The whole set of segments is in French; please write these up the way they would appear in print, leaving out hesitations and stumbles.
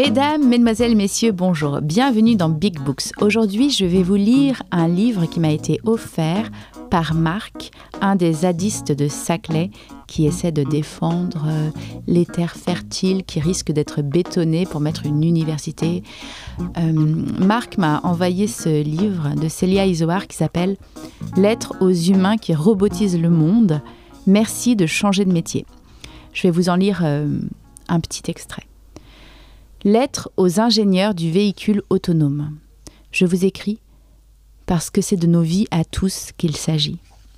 Mesdames, Mesdemoiselles, Messieurs, bonjour. Bienvenue dans Big Books. Aujourd'hui, je vais vous lire un livre qui m'a été offert par Marc, un des zadistes de Saclay, qui essaie de défendre les terres fertiles qui risquent d'être bétonnées pour mettre une université. Marc m'a envoyé ce livre de Célia Isoard qui s'appelle « Lettres aux humains qui robotisent le monde. Merci de changer de métier ». Je vais vous en lire un petit extrait. Lettre aux ingénieurs du véhicule autonome. Je vous écris parce que c'est de nos vies à tous qu'il s'agit.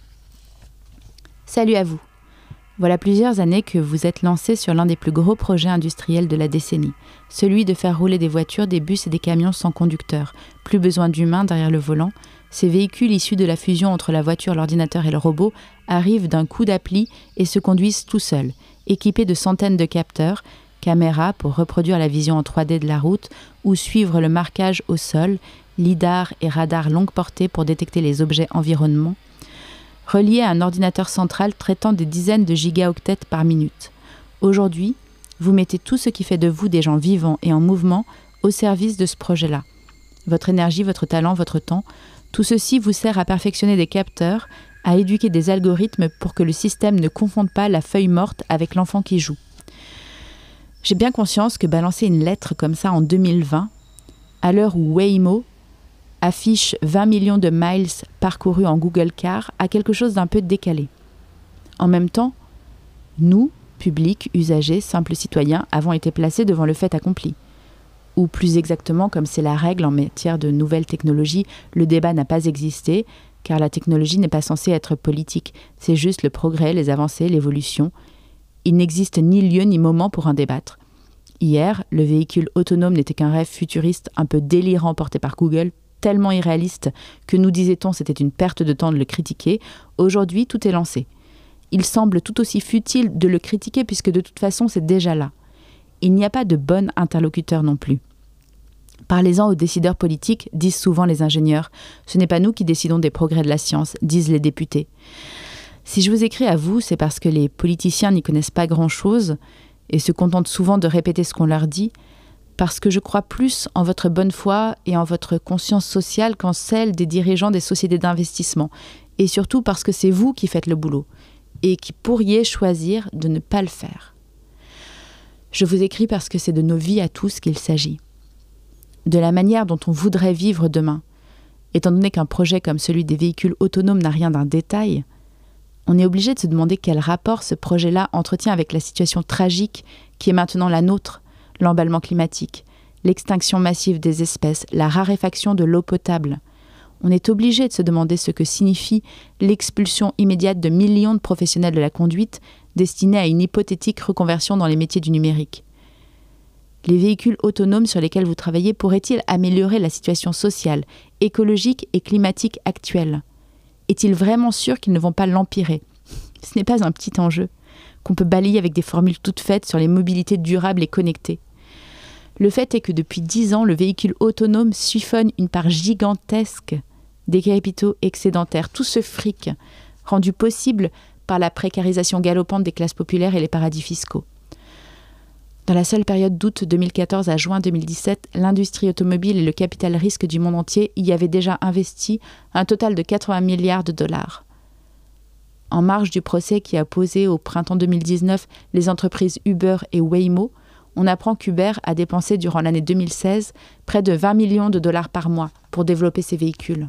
Salut à vous. Voilà plusieurs années que vous êtes lancés sur l'un des plus gros projets industriels de la décennie, celui de faire rouler des voitures, des bus et des camions sans conducteur. Plus besoin d'humains derrière le volant. Ces véhicules issus de la fusion entre la voiture, l'ordinateur et le robot arrivent d'un coup d'appli et se conduisent tout seuls, équipés de centaines de capteurs, caméras pour reproduire la vision en 3D de la route ou suivre le marquage au sol, lidar et radar longue portée pour détecter les objets environnement, reliés à un ordinateur central traitant des dizaines de gigaoctets par minute. Aujourd'hui, vous mettez tout ce qui fait de vous des gens vivants et en mouvement au service de ce projet-là. Votre énergie, votre talent, votre temps, tout ceci vous sert à perfectionner des capteurs, à éduquer des algorithmes pour que le système ne confonde pas la feuille morte avec l'enfant qui joue. J'ai bien conscience que balancer une lettre comme ça en 2020, à l'heure où Waymo affiche 20 millions de miles parcourus en Google Car, a quelque chose d'un peu décalé. En même temps, nous, public, usagers, simples citoyens, avons été placés devant le fait accompli. Ou plus exactement, comme c'est la règle en matière de nouvelles technologies, le débat n'a pas existé, car la technologie n'est pas censée être politique. C'est juste le progrès, les avancées, l'évolution. Il n'existe ni lieu ni moment pour en débattre. Hier, le véhicule autonome n'était qu'un rêve futuriste un peu délirant porté par Google, tellement irréaliste que nous disait-on c'était une perte de temps de le critiquer. Aujourd'hui, tout est lancé. Il semble tout aussi futile de le critiquer puisque de toute façon, c'est déjà là. Il n'y a pas de bon interlocuteur non plus. Parlez-en aux décideurs politiques, disent souvent les ingénieurs. Ce n'est pas nous qui décidons des progrès de la science, disent les députés. Si je vous écris à vous, c'est parce que les politiciens n'y connaissent pas grand-chose et se contentent souvent de répéter ce qu'on leur dit, parce que je crois plus en votre bonne foi et en votre conscience sociale qu'en celle des dirigeants des sociétés d'investissement, et surtout parce que c'est vous qui faites le boulot et qui pourriez choisir de ne pas le faire. Je vous écris parce que c'est de nos vies à tous qu'il s'agit, de la manière dont on voudrait vivre demain. Étant donné qu'un projet comme celui des véhicules autonomes n'a rien d'un détail, on est obligé de se demander quel rapport ce projet-là entretient avec la situation tragique qui est maintenant la nôtre, l'emballement climatique, l'extinction massive des espèces, la raréfaction de l'eau potable. On est obligé de se demander ce que signifie l'expulsion immédiate de millions de professionnels de la conduite destinés à une hypothétique reconversion dans les métiers du numérique. Les véhicules autonomes sur lesquels vous travaillez pourraient-ils améliorer la situation sociale, écologique et climatique actuelle ? Est-il vraiment sûr qu'ils ne vont pas l'empirer ? Ce n'est pas un petit enjeu qu'on peut balayer avec des formules toutes faites sur les mobilités durables et connectées. Le fait est que depuis 10 ans, le véhicule autonome siphonne une part gigantesque des capitaux excédentaires, tout ce fric rendu possible par la précarisation galopante des classes populaires et les paradis fiscaux. Dans la seule période d'août 2014 à juin 2017, l'industrie automobile et le capital risque du monde entier y avaient déjà investi un total de 80 milliards de dollars. En marge du procès qui a opposé au printemps 2019 les entreprises Uber et Waymo, on apprend qu'Uber a dépensé durant l'année 2016 près de 20 millions de dollars par mois pour développer ses véhicules.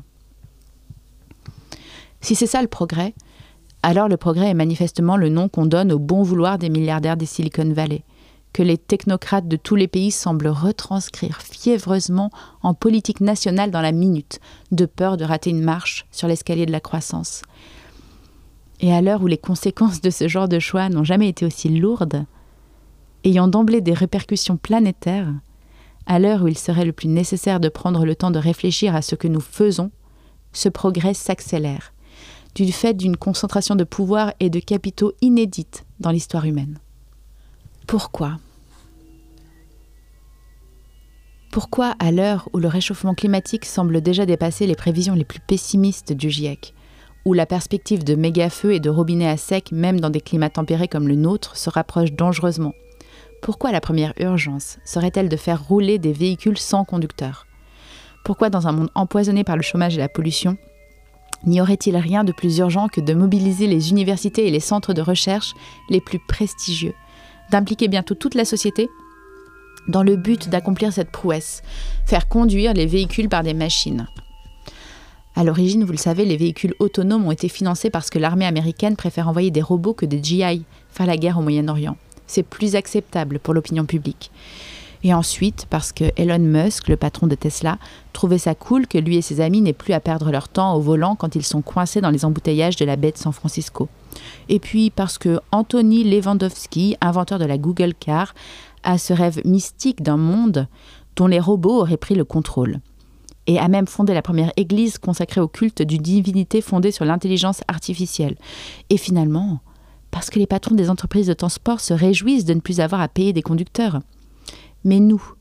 Si c'est ça le progrès, alors le progrès est manifestement le nom qu'on donne au bon vouloir des milliardaires des Silicon Valley, que les technocrates de tous les pays semblent retranscrire fiévreusement en politique nationale dans la minute, de peur de rater une marche sur l'escalier de la croissance. Et à l'heure où les conséquences de ce genre de choix n'ont jamais été aussi lourdes, ayant d'emblée des répercussions planétaires, à l'heure où il serait le plus nécessaire de prendre le temps de réfléchir à ce que nous faisons, ce progrès s'accélère, du fait d'une concentration de pouvoir et de capitaux inédite dans l'histoire humaine. Pourquoi ? Pourquoi, à l'heure où le réchauffement climatique semble déjà dépasser les prévisions les plus pessimistes du GIEC, où la perspective de méga-feux et de robinets à sec, même dans des climats tempérés comme le nôtre, se rapproche dangereusement, Pourquoi la première urgence serait-elle de faire rouler des véhicules sans conducteur ? Pourquoi, dans un monde empoisonné par le chômage et la pollution, n'y aurait-il rien de plus urgent que de mobiliser les universités et les centres de recherche les plus prestigieux, d'impliquer bientôt toute la société dans le but d'accomplir cette prouesse, faire conduire les véhicules par des machines ? À l'origine, vous le savez, les véhicules autonomes ont été financés parce que l'armée américaine préfère envoyer des robots que des GI faire la guerre au Moyen-Orient. C'est plus acceptable pour l'opinion publique. Et ensuite, parce que Elon Musk, le patron de Tesla, trouvait ça cool que lui et ses amis n'aient plus à perdre leur temps au volant quand ils sont coincés dans les embouteillages de la baie de San Francisco. Et puis parce que Anthony Lewandowski, inventeur de la Google Car, a ce rêve mystique d'un monde dont les robots auraient pris le contrôle. Et a même fondé la première église consacrée au culte d'une divinité fondée sur l'intelligence artificielle. Et finalement, parce que les patrons des entreprises de transport se réjouissent de ne plus avoir à payer des conducteurs. Mais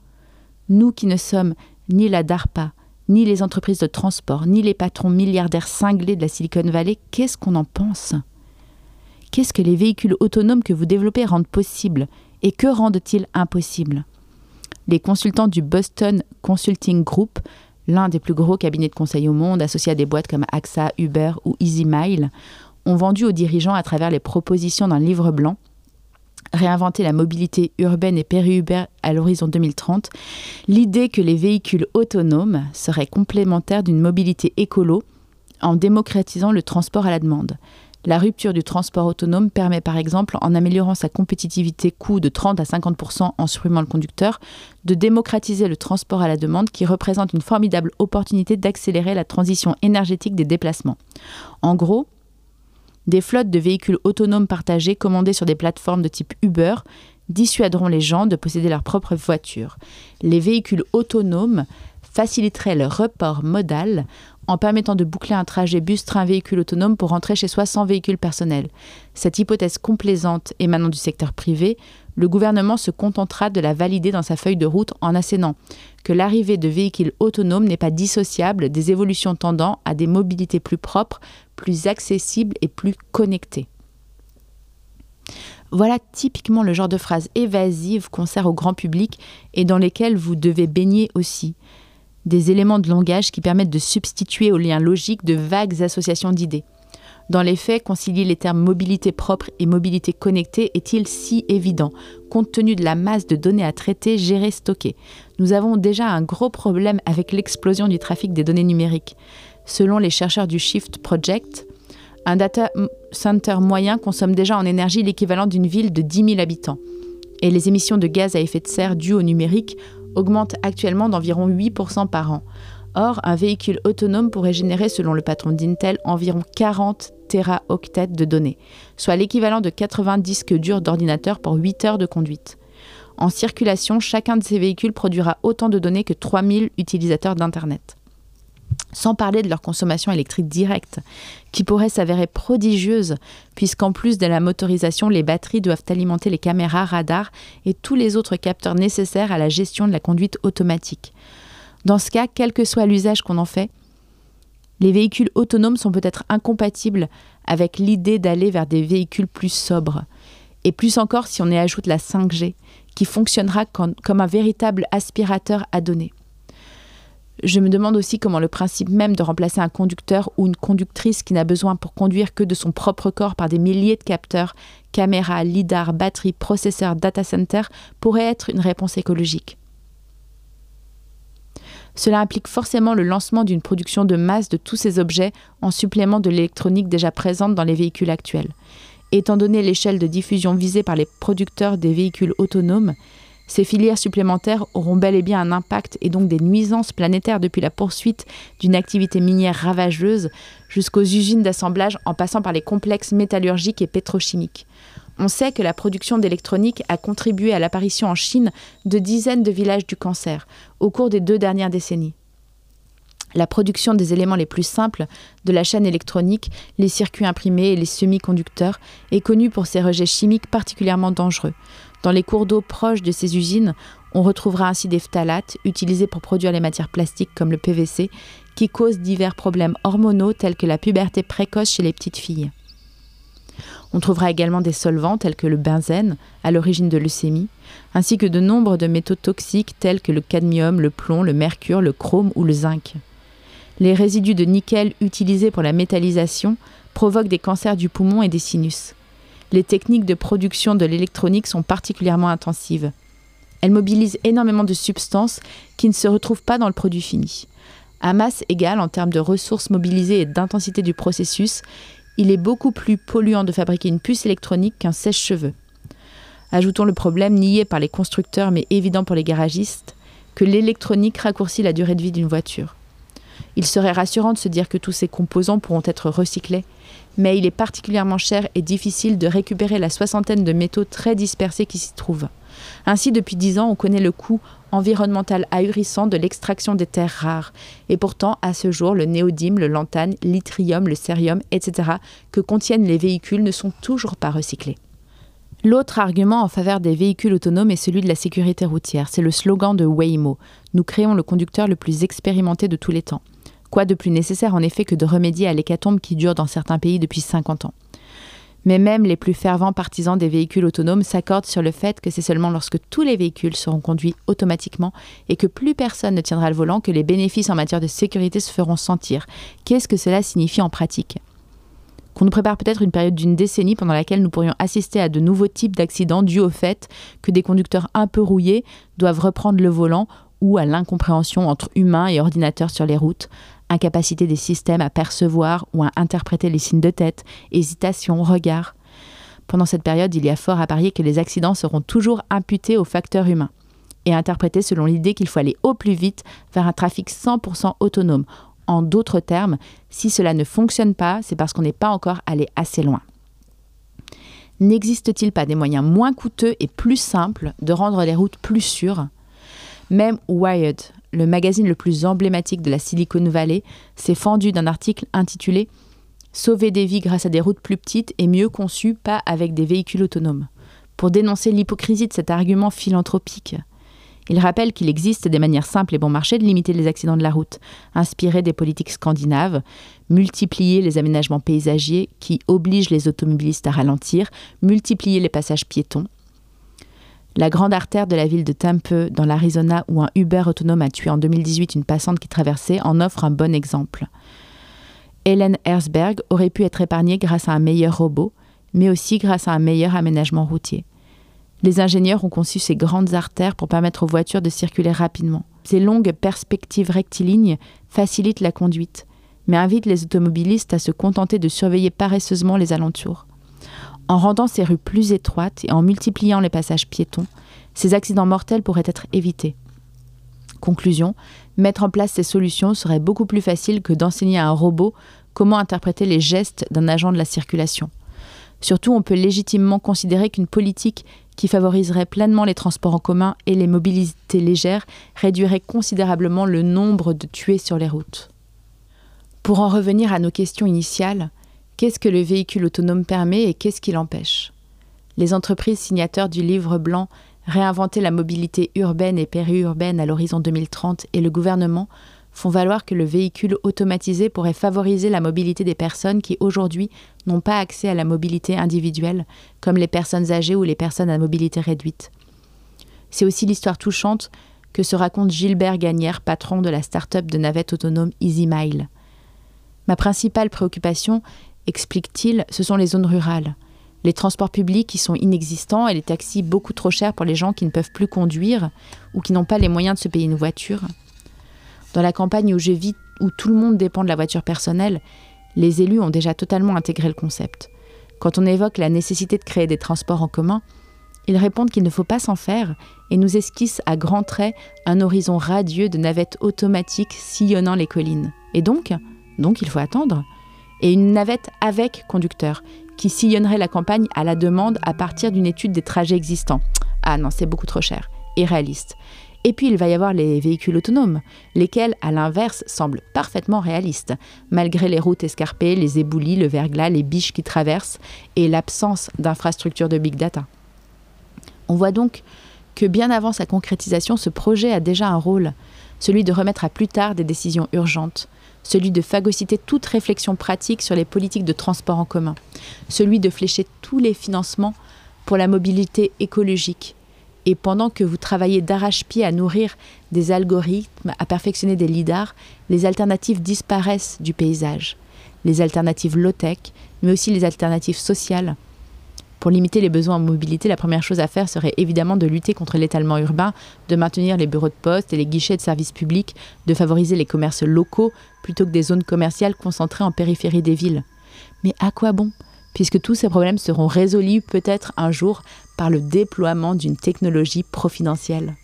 nous qui ne sommes ni la DARPA, ni les entreprises de transport, ni les patrons milliardaires cinglés de la Silicon Valley, qu'est-ce qu'on en pense ? Qu'est-ce que les véhicules autonomes que vous développez rendent possible ? Et que rendent-ils impossible ? Les consultants du Boston Consulting Group, l'un des plus gros cabinets de conseil au monde, associés à des boîtes comme AXA, Uber ou EasyMile, ont vendu aux dirigeants à travers les propositions d'un livre blanc réinventer la mobilité urbaine et périurbaine à l'horizon 2030, l'idée que les véhicules autonomes seraient complémentaires d'une mobilité écolo en démocratisant le transport à la demande. La rupture du transport autonome permet par exemple, en améliorant sa compétitivité coût de 30 à 50% en supprimant le conducteur, de démocratiser le transport à la demande qui représente une formidable opportunité d'accélérer la transition énergétique des déplacements. En gros, des flottes de véhicules autonomes partagés commandés sur des plateformes de type Uber dissuaderont les gens de posséder leur propre voiture. Les véhicules autonomes faciliteraient le report modal en permettant de boucler un trajet bus-train-véhicule autonome pour rentrer chez soi sans véhicule personnel. Cette hypothèse complaisante émanant du secteur privé, le gouvernement se contentera de la valider dans sa feuille de route en assénant que l'arrivée de véhicules autonomes n'est pas dissociable des évolutions tendant à des mobilités plus propres, plus accessibles et plus connectées. Voilà typiquement le genre de phrases évasives qu'on sert au grand public et dans lesquelles vous devez baigner aussi. Des éléments de langage qui permettent de substituer aux liens logiques de vagues associations d'idées. Dans les faits, concilier les termes mobilité propre et mobilité connectée est-il si évident, compte tenu de la masse de données à traiter, gérer, stocker ? Nous avons déjà un gros problème avec l'explosion du trafic des données numériques. Selon les chercheurs du Shift Project, un data center moyen consomme déjà en énergie l'équivalent d'une ville de 10 000 habitants. Et les émissions de gaz à effet de serre dues au numérique augmentent actuellement d'environ 8% par an. Or, un véhicule autonome pourrait générer, selon le patron d'Intel, environ 40 téraoctets de données, soit l'équivalent de 80 disques durs d'ordinateur pour 8 heures de conduite. En circulation, chacun de ces véhicules produira autant de données que 3000 utilisateurs d'Internet. Sans parler de leur consommation électrique directe, qui pourrait s'avérer prodigieuse, puisqu'en plus de la motorisation, les batteries doivent alimenter les caméras, radars et tous les autres capteurs nécessaires à la gestion de la conduite automatique. Dans ce cas, quel que soit l'usage qu'on en fait, les véhicules autonomes sont peut-être incompatibles avec l'idée d'aller vers des véhicules plus sobres. Et plus encore si on y ajoute la 5G, qui fonctionnera comme un véritable aspirateur à données. Je me demande aussi comment le principe même de remplacer un conducteur ou une conductrice qui n'a besoin pour conduire que de son propre corps par des milliers de capteurs, caméras, lidars, batteries, processeurs, data centers pourrait être une réponse écologique. Cela implique forcément le lancement d'une production de masse de tous ces objets en supplément de l'électronique déjà présente dans les véhicules actuels. Étant donné l'échelle de diffusion visée par les producteurs des véhicules autonomes, ces filières supplémentaires auront bel et bien un impact et donc des nuisances planétaires depuis la poursuite d'une activité minière ravageuse jusqu'aux usines d'assemblage en passant par les complexes métallurgiques et pétrochimiques. On sait que la production d'électronique a contribué à l'apparition en Chine de dizaines de villages du cancer au cours des 2 dernières décennies. La production des éléments les plus simples de la chaîne électronique, les circuits imprimés et les semi-conducteurs, est connue pour ses rejets chimiques particulièrement dangereux. Dans les cours d'eau proches de ces usines, on retrouvera ainsi des phtalates utilisés pour produire les matières plastiques comme le PVC, qui causent divers problèmes hormonaux tels que la puberté précoce chez les petites filles. On trouvera également des solvants tels que le benzène, à l'origine de leucémie, ainsi que de nombre de métaux toxiques tels que le cadmium, le plomb, le mercure, le chrome ou le zinc. Les résidus de nickel utilisés pour la métallisation provoquent des cancers du poumon et des sinus. Les techniques de production de l'électronique sont particulièrement intensives. Elles mobilisent énormément de substances qui ne se retrouvent pas dans le produit fini. À masse égale en termes de ressources mobilisées et d'intensité du processus, il est beaucoup plus polluant de fabriquer une puce électronique qu'un sèche-cheveux. Ajoutons le problème nié par les constructeurs mais évident pour les garagistes, que l'électronique raccourcit la durée de vie d'une voiture. Il serait rassurant de se dire que tous ces composants pourront être recyclés, mais il est particulièrement cher et difficile de récupérer la soixantaine de métaux très dispersés qui s'y trouvent. Ainsi, depuis 10 ans, on connaît le coût environnemental ahurissant de l'extraction des terres rares. Et pourtant, à ce jour, le néodyme, le lantane, l'yttrium, le cérium, etc. que contiennent les véhicules ne sont toujours pas recyclés. L'autre argument en faveur des véhicules autonomes est celui de la sécurité routière. C'est le slogan de Waymo. Nous créons le conducteur le plus expérimenté de tous les temps. Quoi de plus nécessaire en effet que de remédier à l'hécatombe qui dure dans certains pays depuis 50 ans. Mais même les plus fervents partisans des véhicules autonomes s'accordent sur le fait que c'est seulement lorsque tous les véhicules seront conduits automatiquement et que plus personne ne tiendra le volant que les bénéfices en matière de sécurité se feront sentir. Qu'est-ce que cela signifie en pratique ? Qu'on nous prépare peut-être une période d'une décennie pendant laquelle nous pourrions assister à de nouveaux types d'accidents dus au fait que des conducteurs un peu rouillés doivent reprendre le volant ou à l'incompréhension entre humains et ordinateurs sur les routes, incapacité des systèmes à percevoir ou à interpréter les signes de tête, hésitation, regard. Pendant cette période, il y a fort à parier que les accidents seront toujours imputés aux facteurs humains et interprétés selon l'idée qu'il faut aller au plus vite vers un trafic 100% autonome. En d'autres termes, si cela ne fonctionne pas, c'est parce qu'on n'est pas encore allé assez loin. N'existe-t-il pas des moyens moins coûteux et plus simples de rendre les routes plus sûres ? Même Wired, le magazine le plus emblématique de la Silicon Valley, s'est fendu d'un article intitulé « Sauver des vies grâce à des routes plus petites et mieux conçues, pas avec des véhicules autonomes » pour dénoncer l'hypocrisie de cet argument philanthropique. Il rappelle qu'il existe des manières simples et bon marché de limiter les accidents de la route, inspirées des politiques scandinaves, multiplier les aménagements paysagers qui obligent les automobilistes à ralentir, multiplier les passages piétons. La grande artère de la ville de Tempe, dans l'Arizona, où un Uber autonome a tué en 2018 une passante qui traversait, en offre un bon exemple. Helen Herzberg aurait pu être épargnée grâce à un meilleur robot, mais aussi grâce à un meilleur aménagement routier. Les ingénieurs ont conçu ces grandes artères pour permettre aux voitures de circuler rapidement. Ces longues perspectives rectilignes facilitent la conduite, mais invitent les automobilistes à se contenter de surveiller paresseusement les alentours. En rendant ces rues plus étroites et en multipliant les passages piétons, ces accidents mortels pourraient être évités. Conclusion, mettre en place ces solutions serait beaucoup plus facile que d'enseigner à un robot comment interpréter les gestes d'un agent de la circulation. Surtout, on peut légitimement considérer qu'une politique qui favoriserait pleinement les transports en commun et les mobilités légères réduirait considérablement le nombre de tués sur les routes. Pour en revenir à nos questions initiales, qu'est-ce que le véhicule autonome permet et qu'est-ce qui l'empêche ? Les entreprises signataires du livre blanc « Réinventer la mobilité urbaine et périurbaine à l'horizon 2030 » et le gouvernement font valoir que le véhicule automatisé pourrait favoriser la mobilité des personnes qui aujourd'hui n'ont pas accès à la mobilité individuelle, comme les personnes âgées ou les personnes à mobilité réduite. C'est aussi l'histoire touchante que se raconte Gilbert Gagnère, patron de la start-up de navette autonome EasyMile. Ma principale préoccupation, explique-t-il, ce sont les zones rurales. Les transports publics qui sont inexistants et les taxis beaucoup trop chers pour les gens qui ne peuvent plus conduire ou qui n'ont pas les moyens de se payer une voiture. Dans la campagne où je vis, où tout le monde dépend de la voiture personnelle, les élus ont déjà totalement intégré le concept. Quand on évoque la nécessité de créer des transports en commun, ils répondent qu'il ne faut pas s'en faire et nous esquissent à grands traits un horizon radieux de navettes automatiques sillonnant les collines. Et donc il faut attendre. Et une navette avec conducteur, qui sillonnerait la campagne à la demande à partir d'une étude des trajets existants. Ah non, c'est beaucoup trop cher, irréaliste. Et puis il va y avoir les véhicules autonomes, lesquels, à l'inverse, semblent parfaitement réalistes, malgré les routes escarpées, les éboulis, le verglas, les biches qui traversent et l'absence d'infrastructures de big data. On voit donc que bien avant sa concrétisation, ce projet a déjà un rôle, celui de remettre à plus tard des décisions urgentes, celui de phagocyter toute réflexion pratique sur les politiques de transport en commun, celui de flécher tous les financements pour la mobilité écologique. Et pendant que vous travaillez d'arrache-pied à nourrir des algorithmes, à perfectionner des lidars, les alternatives disparaissent du paysage. Les alternatives low-tech, mais aussi les alternatives sociales. Pour limiter les besoins en mobilité, la première chose à faire serait évidemment de lutter contre l'étalement urbain, de maintenir les bureaux de poste et les guichets de services publics, de favoriser les commerces locaux plutôt que des zones commerciales concentrées en périphérie des villes. Mais à quoi bon ? Puisque tous ces problèmes seront résolus peut-être un jour par le déploiement d'une technologie profidentielle.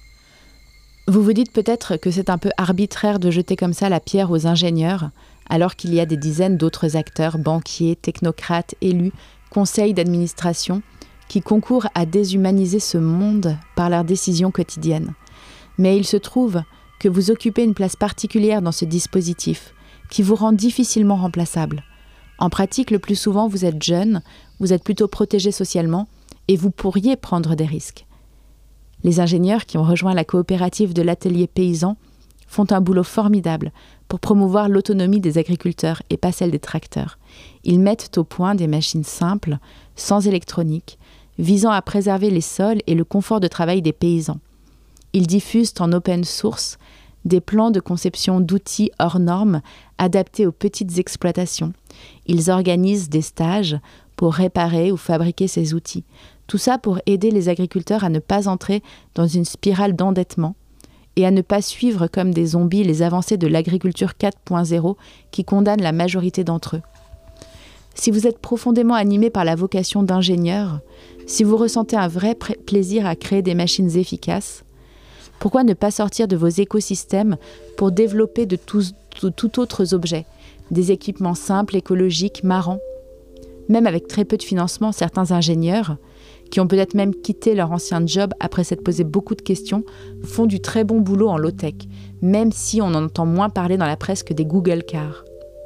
Vous vous dites peut-être que c'est un peu arbitraire de jeter comme ça la pierre aux ingénieurs, alors qu'il y a des dizaines d'autres acteurs, banquiers, technocrates, élus, conseils d'administration, qui concourent à déshumaniser ce monde par leurs décisions quotidiennes. Mais il se trouve que vous occupez une place particulière dans ce dispositif, qui vous rend difficilement remplaçable. En pratique, le plus souvent, vous êtes jeune, vous êtes plutôt protégé socialement, et vous pourriez prendre des risques. Les ingénieurs qui ont rejoint la coopérative de l'atelier paysan font un boulot formidable pour promouvoir l'autonomie des agriculteurs et pas celle des tracteurs. Ils mettent au point des machines simples, sans électronique, visant à préserver les sols et le confort de travail des paysans. Ils diffusent en open source des plans de conception d'outils hors normes adaptés aux petites exploitations. Ils organisent des stages pour réparer ou fabriquer ces outils. Tout ça pour aider les agriculteurs à ne pas entrer dans une spirale d'endettement et à ne pas suivre comme des zombies les avancées de l'agriculture 4.0 qui condamnent la majorité d'entre eux. Si vous êtes profondément animé par la vocation d'ingénieur, si vous ressentez un vrai plaisir à créer des machines efficaces, pourquoi ne pas sortir de vos écosystèmes pour développer de tout autres objets, des équipements simples, écologiques, marrants ? Même avec très peu de financement, certains ingénieurs, qui ont peut-être même quitté leur ancien job après s'être posé beaucoup de questions, font du très bon boulot en low-tech, même si on en entend moins parler dans la presse que des Google Cars.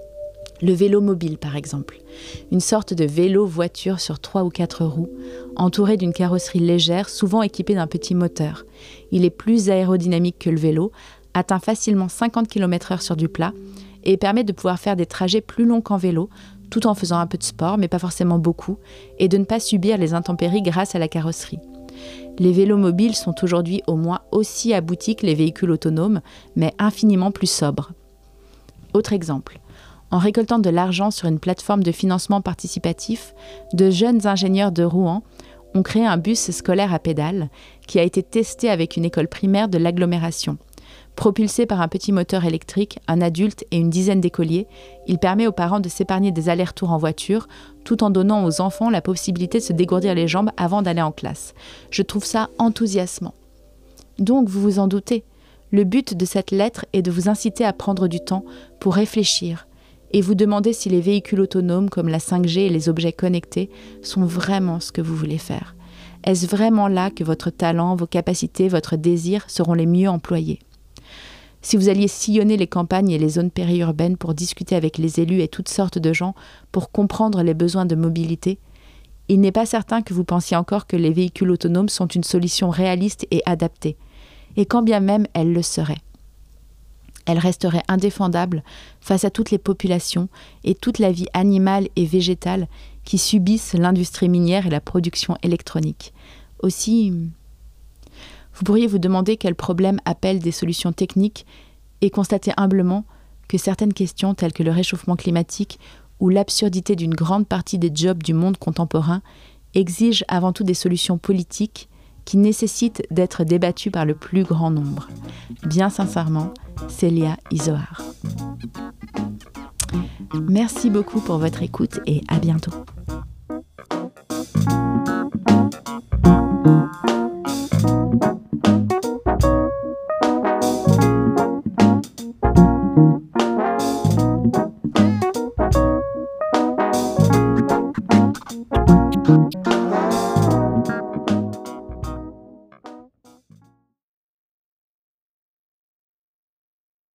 Le vélo mobile, par exemple. Une sorte de vélo-voiture sur 3 ou 4 roues, entouré d'une carrosserie légère, souvent équipée d'un petit moteur. Il est plus aérodynamique que le vélo, atteint facilement 50 km/h sur du plat et permet de pouvoir faire des trajets plus longs qu'en vélo, tout en faisant un peu de sport, mais pas forcément beaucoup, et de ne pas subir les intempéries grâce à la carrosserie. Les vélos mobiles sont aujourd'hui au moins aussi aboutis que les véhicules autonomes, mais infiniment plus sobres. Autre exemple. En récoltant de l'argent sur une plateforme de financement participatif, de jeunes ingénieurs de Rouen ont créé un bus scolaire à pédales qui a été testé avec une école primaire de l'agglomération. Propulsé par un petit moteur électrique, un adulte et une dizaine d'écoliers, il permet aux parents de s'épargner des allers-retours en voiture, tout en donnant aux enfants la possibilité de se dégourdir les jambes avant d'aller en classe. Je trouve ça enthousiasmant. Donc, vous vous en doutez, le but de cette lettre est de vous inciter à prendre du temps pour réfléchir et vous demander si les véhicules autonomes comme la 5G et les objets connectés sont vraiment ce que vous voulez faire. Est-ce vraiment là que votre talent, vos capacités, votre désir seront les mieux employés ? Si vous alliez sillonner les campagnes et les zones périurbaines pour discuter avec les élus et toutes sortes de gens pour comprendre les besoins de mobilité, il n'est pas certain que vous pensiez encore que les véhicules autonomes sont une solution réaliste et adaptée. Et quand bien même elles le seraient. Elles resteraient indéfendables face à toutes les populations et toute la vie animale et végétale qui subissent l'industrie minière et la production électronique. Aussi, vous pourriez vous demander quels problèmes appellent des solutions techniques et constater humblement que certaines questions telles que le réchauffement climatique ou l'absurdité d'une grande partie des jobs du monde contemporain exigent avant tout des solutions politiques qui nécessitent d'être débattues par le plus grand nombre. Bien sincèrement, Célia Isoard. Merci beaucoup pour votre écoute et à bientôt.